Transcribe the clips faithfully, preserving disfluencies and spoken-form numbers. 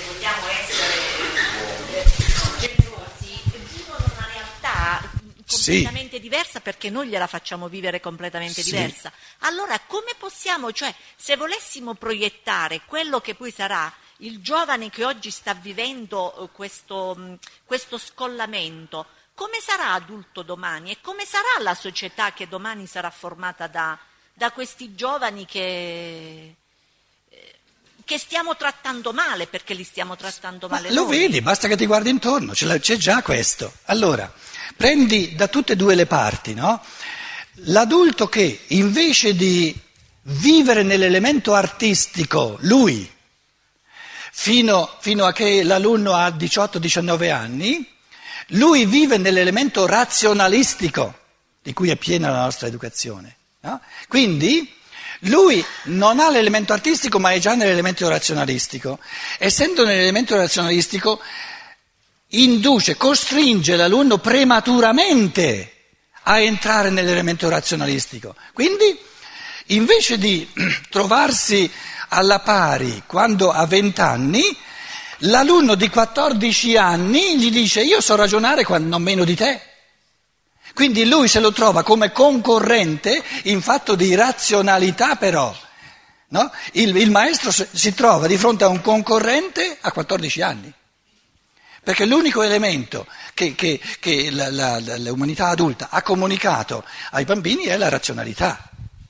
vogliamo essere eh, generosi, vivono una realtà completamente sì. diversa, perché noi gliela facciamo vivere completamente sì. diversa. Allora come possiamo, cioè se volessimo proiettare quello che poi sarà il giovane che oggi sta vivendo questo, questo scollamento, come sarà adulto domani e come sarà la società che domani sarà formata da, da questi giovani che, che stiamo trattando male, perché li stiamo trattando male Ma lo noi. vedi, basta che ti guardi intorno, c'è già questo. Allora, prendi da tutte e due le parti, no? L'adulto che invece di vivere nell'elemento artistico, lui, fino, fino a che l'alunno ha diciotto diciannove anni, lui vive nell'elemento razionalistico, di cui è piena la nostra educazione. No? Quindi lui non ha l'elemento artistico, ma è già nell'elemento razionalistico. Essendo nell'elemento razionalistico, induce, costringe l'alunno prematuramente a entrare nell'elemento razionalistico. Quindi, invece di trovarsi alla pari quando ha venti anni, l'alunno di quattordici anni gli dice: io so ragionare quando non meno di te. Quindi lui se lo trova come concorrente in fatto di razionalità, però. No? Il, il maestro si trova di fronte a un concorrente a quattordici anni. Perché l'unico elemento che, che, che la, la, l'umanità adulta ha comunicato ai bambini è la razionalità.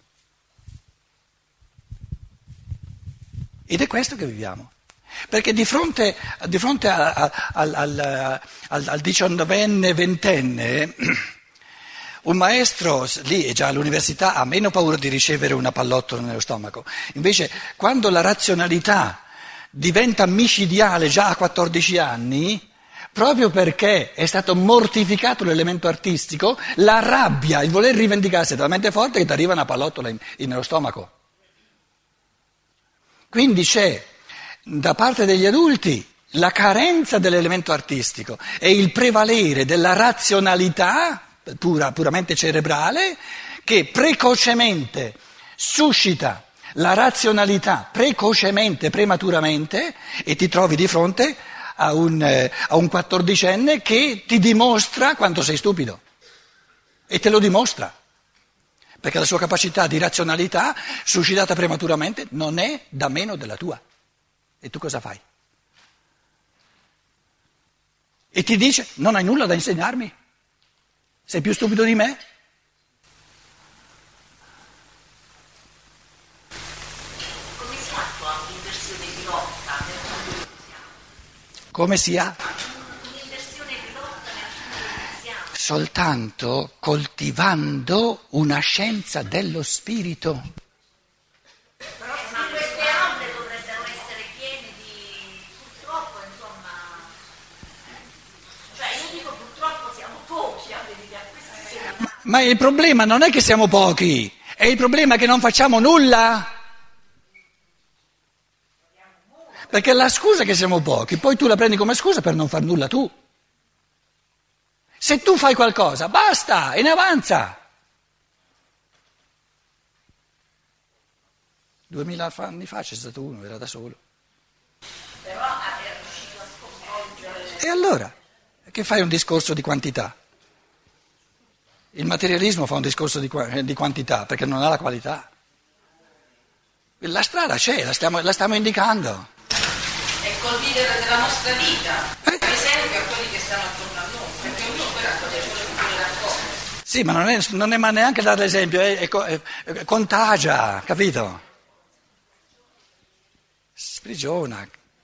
Ed è questo che viviamo. Perché di fronte, di fronte a, a, al, al, al, al diciannovenne, ventenne, un maestro lì è già all'università, ha meno paura di ricevere una pallottola nello stomaco. Invece quando la razionalità diventa micidiale già a quattordici anni, proprio perché è stato mortificato l'elemento artistico, la rabbia, il voler rivendicarsi è talmente forte che ti arriva una pallottola in, in, nello stomaco. Quindi c'è da parte degli adulti la carenza dell'elemento artistico e il prevalere della razionalità pura, puramente cerebrale, che precocemente suscita la razionalità, precocemente, prematuramente, e ti trovi di fronte a un, eh, a un quattordicenne che ti dimostra quanto sei stupido. E te lo dimostra. Perché la sua capacità di razionalità, suscitata prematuramente, non è da meno della tua. E tu cosa fai? E ti dice: non hai nulla da insegnarmi? Sei più stupido di me? Come si attua un'inversione di rotta nel mondo in cui siamo? Come si ha? Un'inversione di rotta nel mondo in cui siamo? Soltanto coltivando una scienza dello spirito. Però ma queste aule dovrebbero essere piene di, purtroppo, insomma, cioè io dico purtroppo siamo pochi a venire a questi seminari. Ma il problema non è che siamo pochi, è il problema che non facciamo nulla. Perché la scusa è che siamo pochi, poi tu la prendi come scusa per non far nulla tu. Se tu fai qualcosa, basta, e ne avanza. Duemila anni fa c'è stato uno, era da solo. Però è riuscito a sconvolgere. E allora, che fai un discorso di quantità? Il materialismo fa un discorso di, di quantità perché non ha la qualità. La strada c'è, la stiamo, la stiamo indicando. È col vivere della nostra vita, Eh? per esempio a quelli che stanno attorno a noi, perché ognuno poi raccoglie quello che vuole raccogliere. Sì, ma non è, non è ma neanche dare l'esempio, è, è, è, è, contagia, capito? Sprigiona.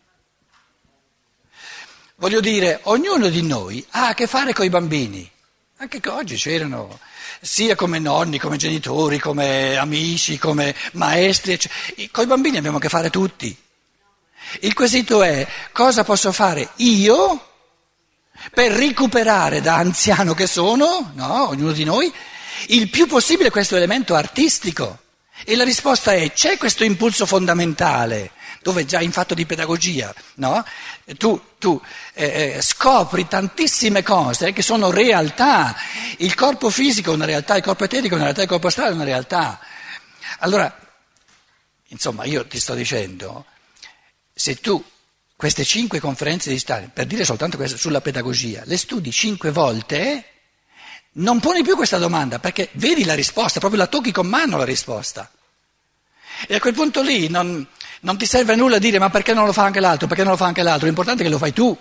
Voglio dire, ognuno di noi ha a che fare con i bambini, anche che oggi c'erano, sia come nonni, come genitori, come amici, come maestri, con i bambini abbiamo a che fare tutti. Il quesito è: cosa posso fare io per recuperare da anziano che sono, no, ognuno di noi, il più possibile questo elemento artistico? E la risposta è: c'è questo impulso fondamentale, dove già in fatto di pedagogia, no? Tu, tu eh, scopri tantissime cose che sono realtà. Il corpo fisico è una realtà, il corpo eterico è una realtà, il corpo astrale è una realtà. Allora, insomma, io ti sto dicendo, se tu queste cinque conferenze di Stalin, per dire soltanto questo, sulla pedagogia, le studi cinque volte, non poni più questa domanda, perché vedi la risposta, proprio la tocchi con mano la risposta. E a quel punto lì non, non ti serve a nulla dire ma perché non lo fa anche l'altro, perché non lo fa anche l'altro, l'importante è che lo fai tu.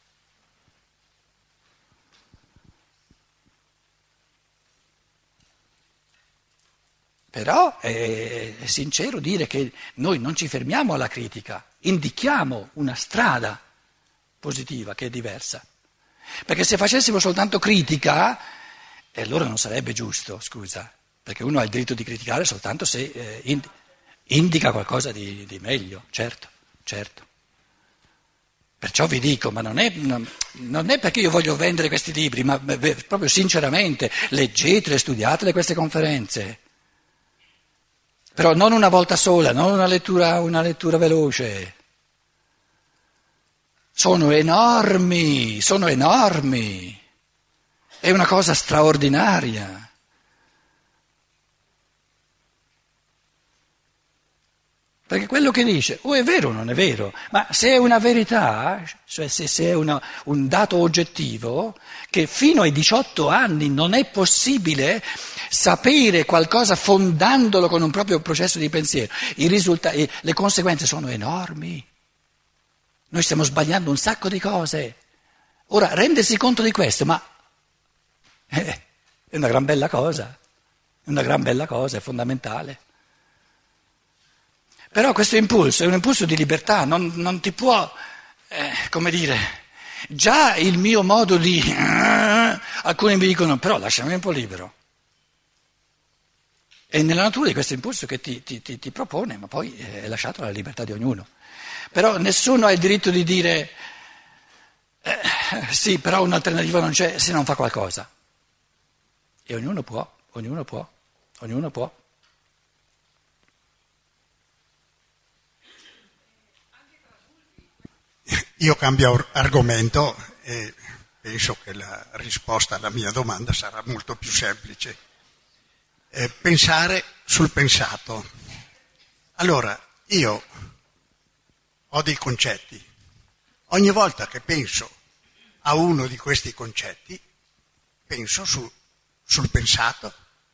Però è sincero dire che noi non ci fermiamo alla critica, indichiamo una strada positiva che è diversa. Perché se facessimo soltanto critica, eh, allora non sarebbe giusto, scusa, perché uno ha il diritto di criticare soltanto se eh, ind- indica qualcosa di, di meglio, certo, certo. Perciò vi dico, ma non è, non, non è perché io voglio vendere questi libri, ma beh, proprio sinceramente, leggetele, studiatele queste conferenze. Però non una volta sola, non una lettura, una lettura veloce. Sono enormi, sono enormi. È una cosa straordinaria. Perché quello che dice, o è vero o non è vero, ma se è una verità, cioè se, se è una, un dato oggettivo, che fino ai diciotto anni non è possibile sapere qualcosa fondandolo con un proprio processo di pensiero, i risultati, le conseguenze sono enormi. Noi stiamo sbagliando un sacco di cose. Ora, rendersi conto di questo, ma eh, è una gran bella cosa, è una gran bella cosa, è fondamentale. Però questo impulso è un impulso di libertà, non, non ti può, eh, come dire, già il mio modo di... Eh, alcuni mi dicono, però lasciami un po' libero. È nella natura di questo impulso che ti, ti, ti, ti propone, ma poi è lasciato alla libertà di ognuno. Però nessuno ha il diritto di dire, eh, sì, però un'alternativa non c'è se non fa qualcosa. E ognuno può, ognuno può, ognuno può. Io cambio argomento e penso che la risposta alla mia domanda sarà molto più semplice. Eh, pensare sul pensato. Allora, io ho dei concetti. Ogni volta che penso a uno di questi concetti, penso su, sul pensato.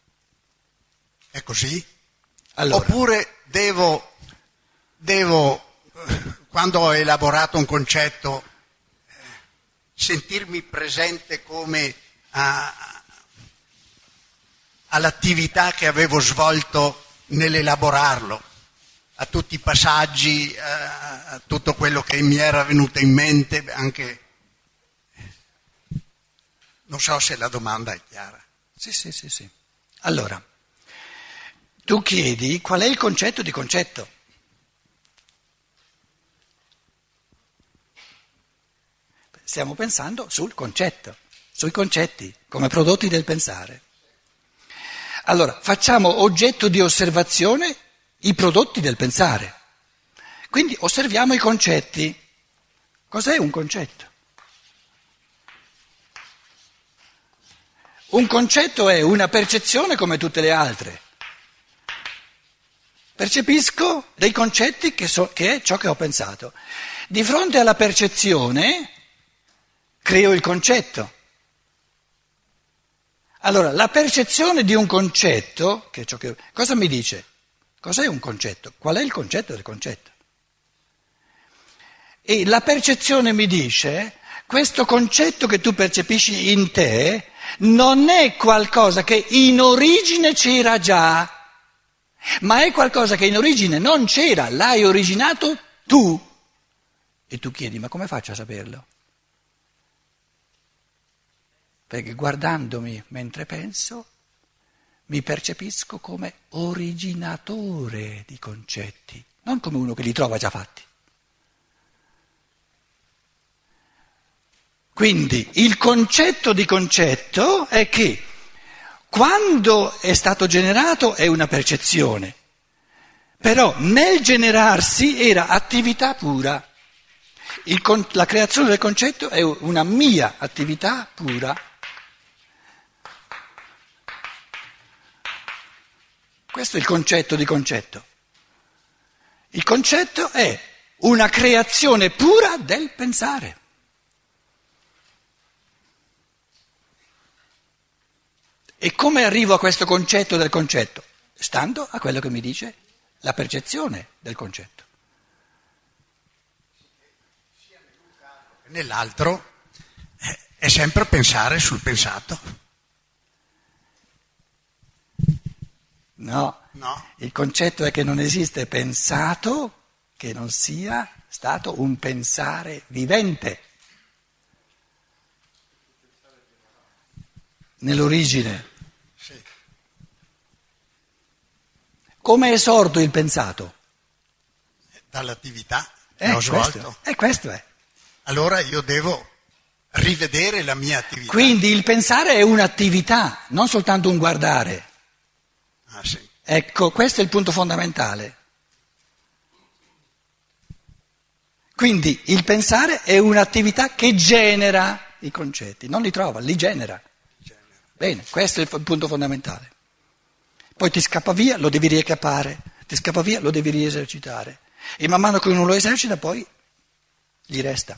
È così? Allora. Oppure devo, devo quando ho elaborato un concetto, eh, sentirmi presente come a, all'attività che avevo svolto nell'elaborarlo, a tutti i passaggi, a, a tutto quello che mi era venuto in mente, anche... Non so se la domanda è chiara. Sì, sì, sì, sì. Allora, tu chiedi qual è il concetto di concetto. Stiamo pensando sul concetto, sui concetti, come prodotti del pensare. Allora, facciamo oggetto di osservazione i prodotti del pensare. Quindi osserviamo i concetti. Cos'è un concetto? Un concetto è una percezione come tutte le altre. Percepisco dei concetti che, so, che è ciò che ho pensato. Di fronte alla percezione creo il concetto. Allora, la percezione di un concetto, che è ciò che, cosa mi dice? Cos'è un concetto? Qual è il concetto del concetto? E la percezione mi dice, questo concetto che tu percepisci in te non è qualcosa che in origine c'era già, ma è qualcosa che in origine non c'era, l'hai originato tu. E tu chiedi, ma come faccio a saperlo? Perché guardandomi mentre penso, mi percepisco come originatore di concetti, non come uno che li trova già fatti. Quindi il concetto di concetto è che quando è stato generato è una percezione, però nel generarsi era attività pura. Il, la creazione del concetto è una mia attività pura. Questo è il concetto di concetto. Il concetto è una creazione pura del pensare. E come arrivo a questo concetto del concetto? Stando a quello che mi dice la percezione del concetto. Nell'altro è sempre pensare sul pensato. No, No. Il concetto è che non esiste pensato che non sia stato un pensare vivente. Nell'origine. Sì. Come è sorto il pensato? Dall'attività Eh, che ho questo, svolto. eh, questo è. Allora io devo rivedere la mia attività. Quindi il pensare è un'attività, non soltanto un guardare. Ah, sì. Ecco, questo è il punto fondamentale. Quindi il pensare è un'attività che genera i concetti, non li trova, li genera. Bene, questo è il punto fondamentale. Poi ti scappa via, lo devi ricappare, ti scappa via, lo devi riesercitare. E man mano che uno lo esercita poi gli resta.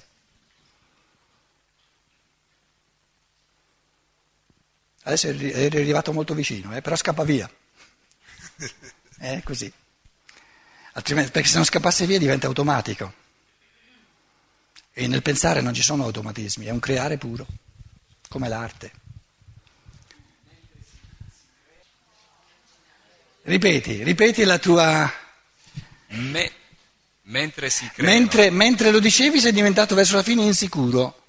Adesso eri arrivato molto vicino, eh, però scappa via. È così. Altrimenti, perché se non scappasse via diventa automatico. E nel pensare non ci sono automatismi, è un creare puro, come l'arte. Ripeti, ripeti la tua... Me, mentre si crea. Mentre, mentre lo dicevi sei diventato verso la fine insicuro.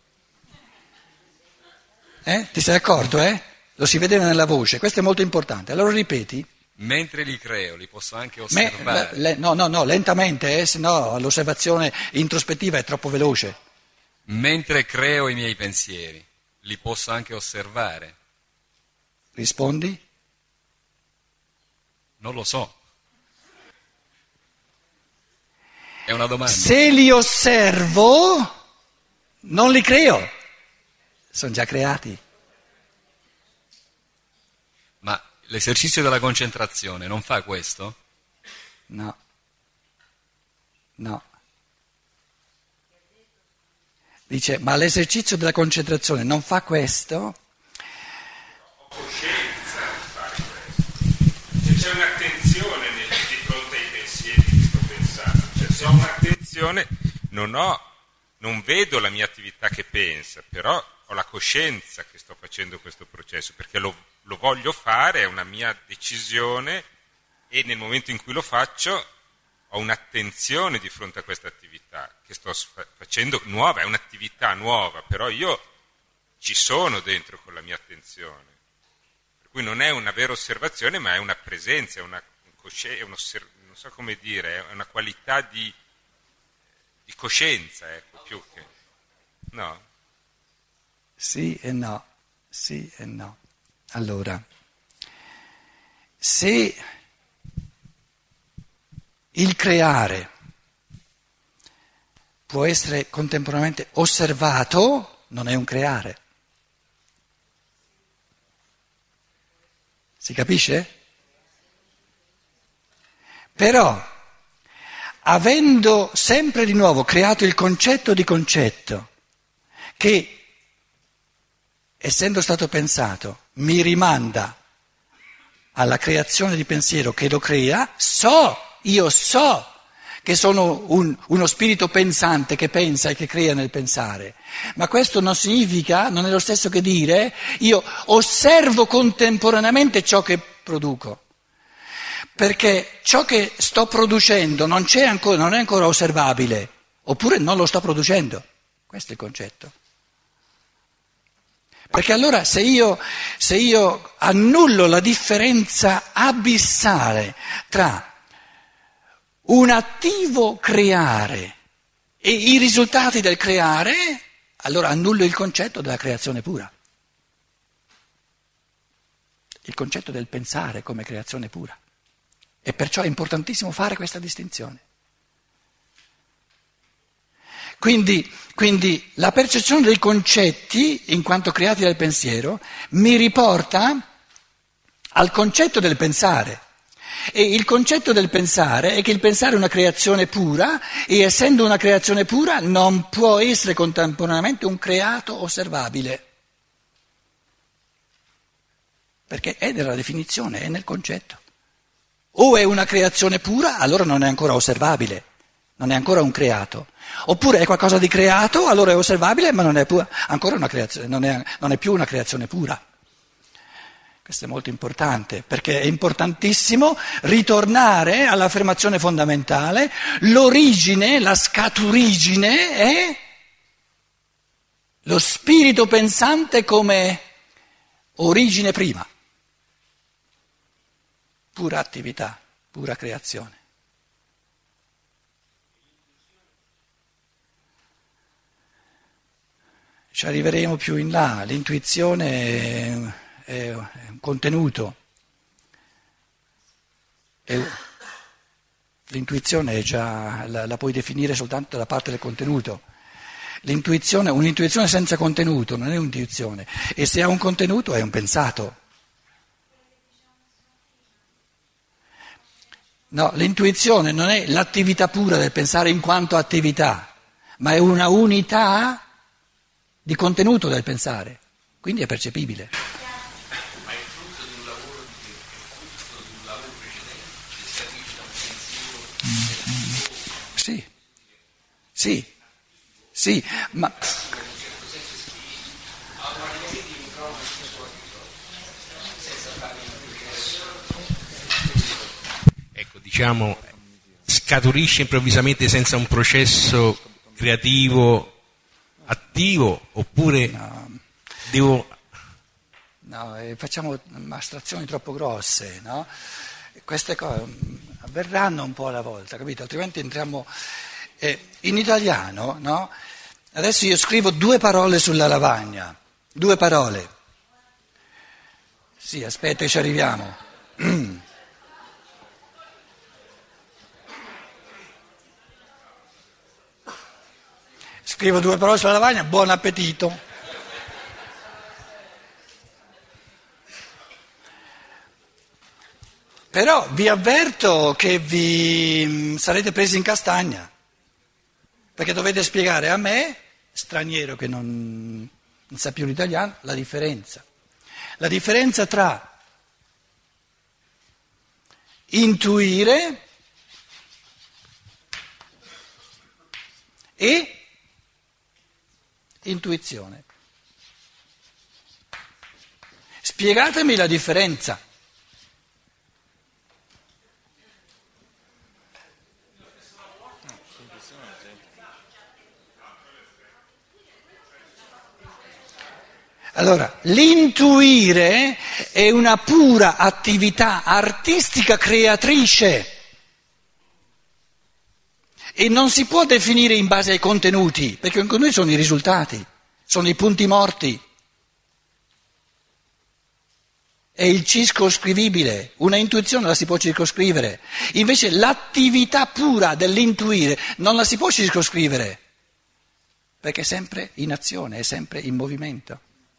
Eh? Ti sei accorto, eh? Lo si vedeva nella voce, questo è molto importante. Allora ripeti. Mentre li creo, li posso anche Me, osservare. le, no, no, no, lentamente, eh, se no l'osservazione introspettiva è troppo veloce. Mentre creo i miei pensieri, li posso anche osservare. Rispondi? Non lo so. È una domanda. Se li osservo, non li creo. Sono già creati. Ma l'esercizio della concentrazione non fa questo? No. No. Dice, ma l'esercizio della concentrazione non fa questo? Ho coscienza di fare questo. Se c'è un'attenzione nel, di fronte ai pensieri che sto pensando, cioè se ho un'attenzione non ho, non vedo la mia attività che pensa, però ho la coscienza che sto facendo questo processo, perché lo, lo voglio fare, è una mia decisione e nel momento in cui lo faccio ho un'attenzione di fronte a questa attività che sto facendo nuova, è un'attività nuova, però io ci sono dentro con la mia attenzione. Per cui non è una vera osservazione, ma è una presenza, è una coscienza, non so come dire, è una qualità di, di coscienza, ecco, più che... No? Sì e no, sì e no. Allora, se il creare può essere contemporaneamente osservato, non è un creare. Si capisce? Però, avendo sempre di nuovo creato il concetto di concetto, che essendo stato pensato mi rimanda alla creazione di pensiero che lo crea, so, io so che sono un, uno spirito pensante che pensa e che crea nel pensare, ma questo non significa, non è lo stesso che dire, io osservo contemporaneamente ciò che produco, perché ciò che sto producendo non c'è ancora, non è ancora osservabile, oppure non lo sto producendo, questo è il concetto. Perché allora se io, se io annullo la differenza abissale tra un attivo creare e i risultati del creare, allora annullo il concetto della creazione pura. Il concetto del pensare come creazione pura. E perciò è importantissimo fare questa distinzione. Quindi, quindi la percezione dei concetti, in quanto creati dal pensiero, mi riporta al concetto del pensare. E il concetto del pensare è che il pensare è una creazione pura e essendo una creazione pura non può essere contemporaneamente un creato osservabile. Perché è nella definizione, è nel concetto. O è una creazione pura, allora non è ancora osservabile, non è ancora un creato. Oppure è qualcosa di creato, allora è osservabile, ma non è pura, ancora una creazione, non è, non è più una creazione pura. Questo è molto importante, perché è importantissimo ritornare all'affermazione fondamentale: l'origine, la scaturigine è lo spirito pensante come origine prima, pura attività, pura creazione. Ci arriveremo più in là, l'intuizione è un contenuto, è, l'intuizione è già, la, la puoi definire soltanto dalla parte del contenuto. L'intuizione, un'intuizione senza contenuto non è un'intuizione, e se ha un contenuto è un pensato. No, l'intuizione non è l'attività pura del pensare in quanto attività, ma è una unità di contenuto del pensare, quindi è percepibile. Ma è frutto di un lavoro di, è frutto di un lavoro precedente, che si arriva da un pensiero. Sì, sì, sì, ma ecco, diciamo, scaturisce improvvisamente senza un processo creativo attivo, oppure no, devo... no, eh, facciamo astrazioni troppo grosse, no? Queste cose avverranno un po' alla volta, capito? Altrimenti entriamo eh, in italiano, no? Adesso io scrivo due parole sulla lavagna, due parole. Sì, aspetta che ci arriviamo. Scrivo due parole sulla lavagna, buon appetito. Però vi avverto che vi sarete presi in castagna, perché dovete spiegare a me, straniero che non, non sa più l'italiano, la differenza. La differenza tra intuire e intuizione. Spiegatemi la differenza. Allora, l'intuire è una pura attività artistica creatrice e non si può definire in base ai contenuti, perché i contenuti sono i risultati, sono i punti morti. È il circoscrivibile, una intuizione la si può circoscrivere, invece l'attività pura dell'intuire non la si può circoscrivere, perché è sempre in azione, è sempre in movimento.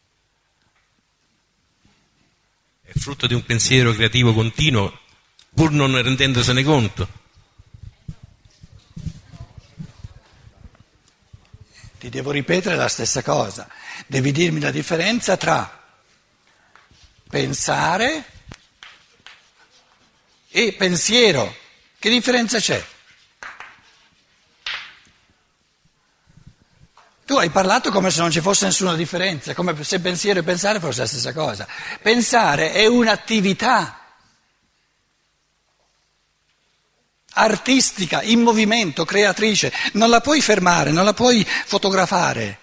È frutto di un pensiero creativo continuo, pur non rendendosene conto. Ti devo ripetere la stessa cosa, devi dirmi la differenza tra pensare e pensiero. Che differenza c'è? Tu hai parlato come se non ci fosse nessuna differenza, come se pensiero e pensare fosse la stessa cosa. Pensare è un'attività artistica, in movimento, creatrice. Non la puoi fermare, non la puoi fotografare.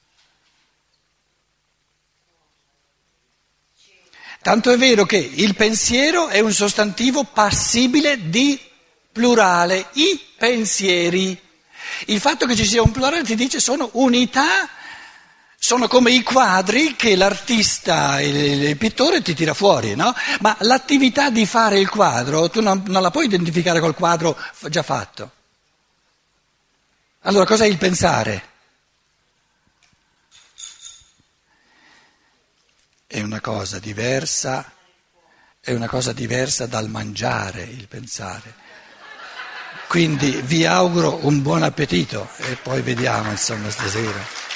Tanto è vero che il pensiero è un sostantivo passibile di plurale, i pensieri. Il fatto che ci sia un plurale ti dice sono unità, sono come i quadri che l'artista, il, il pittore ti tira fuori, no? Ma l'attività di fare il quadro tu non, non la puoi identificare col quadro già fatto. Allora cos'è il pensare? È una cosa diversa è una cosa diversa dal mangiare, il pensare. Quindi vi auguro un buon appetito e poi vediamo insomma stasera.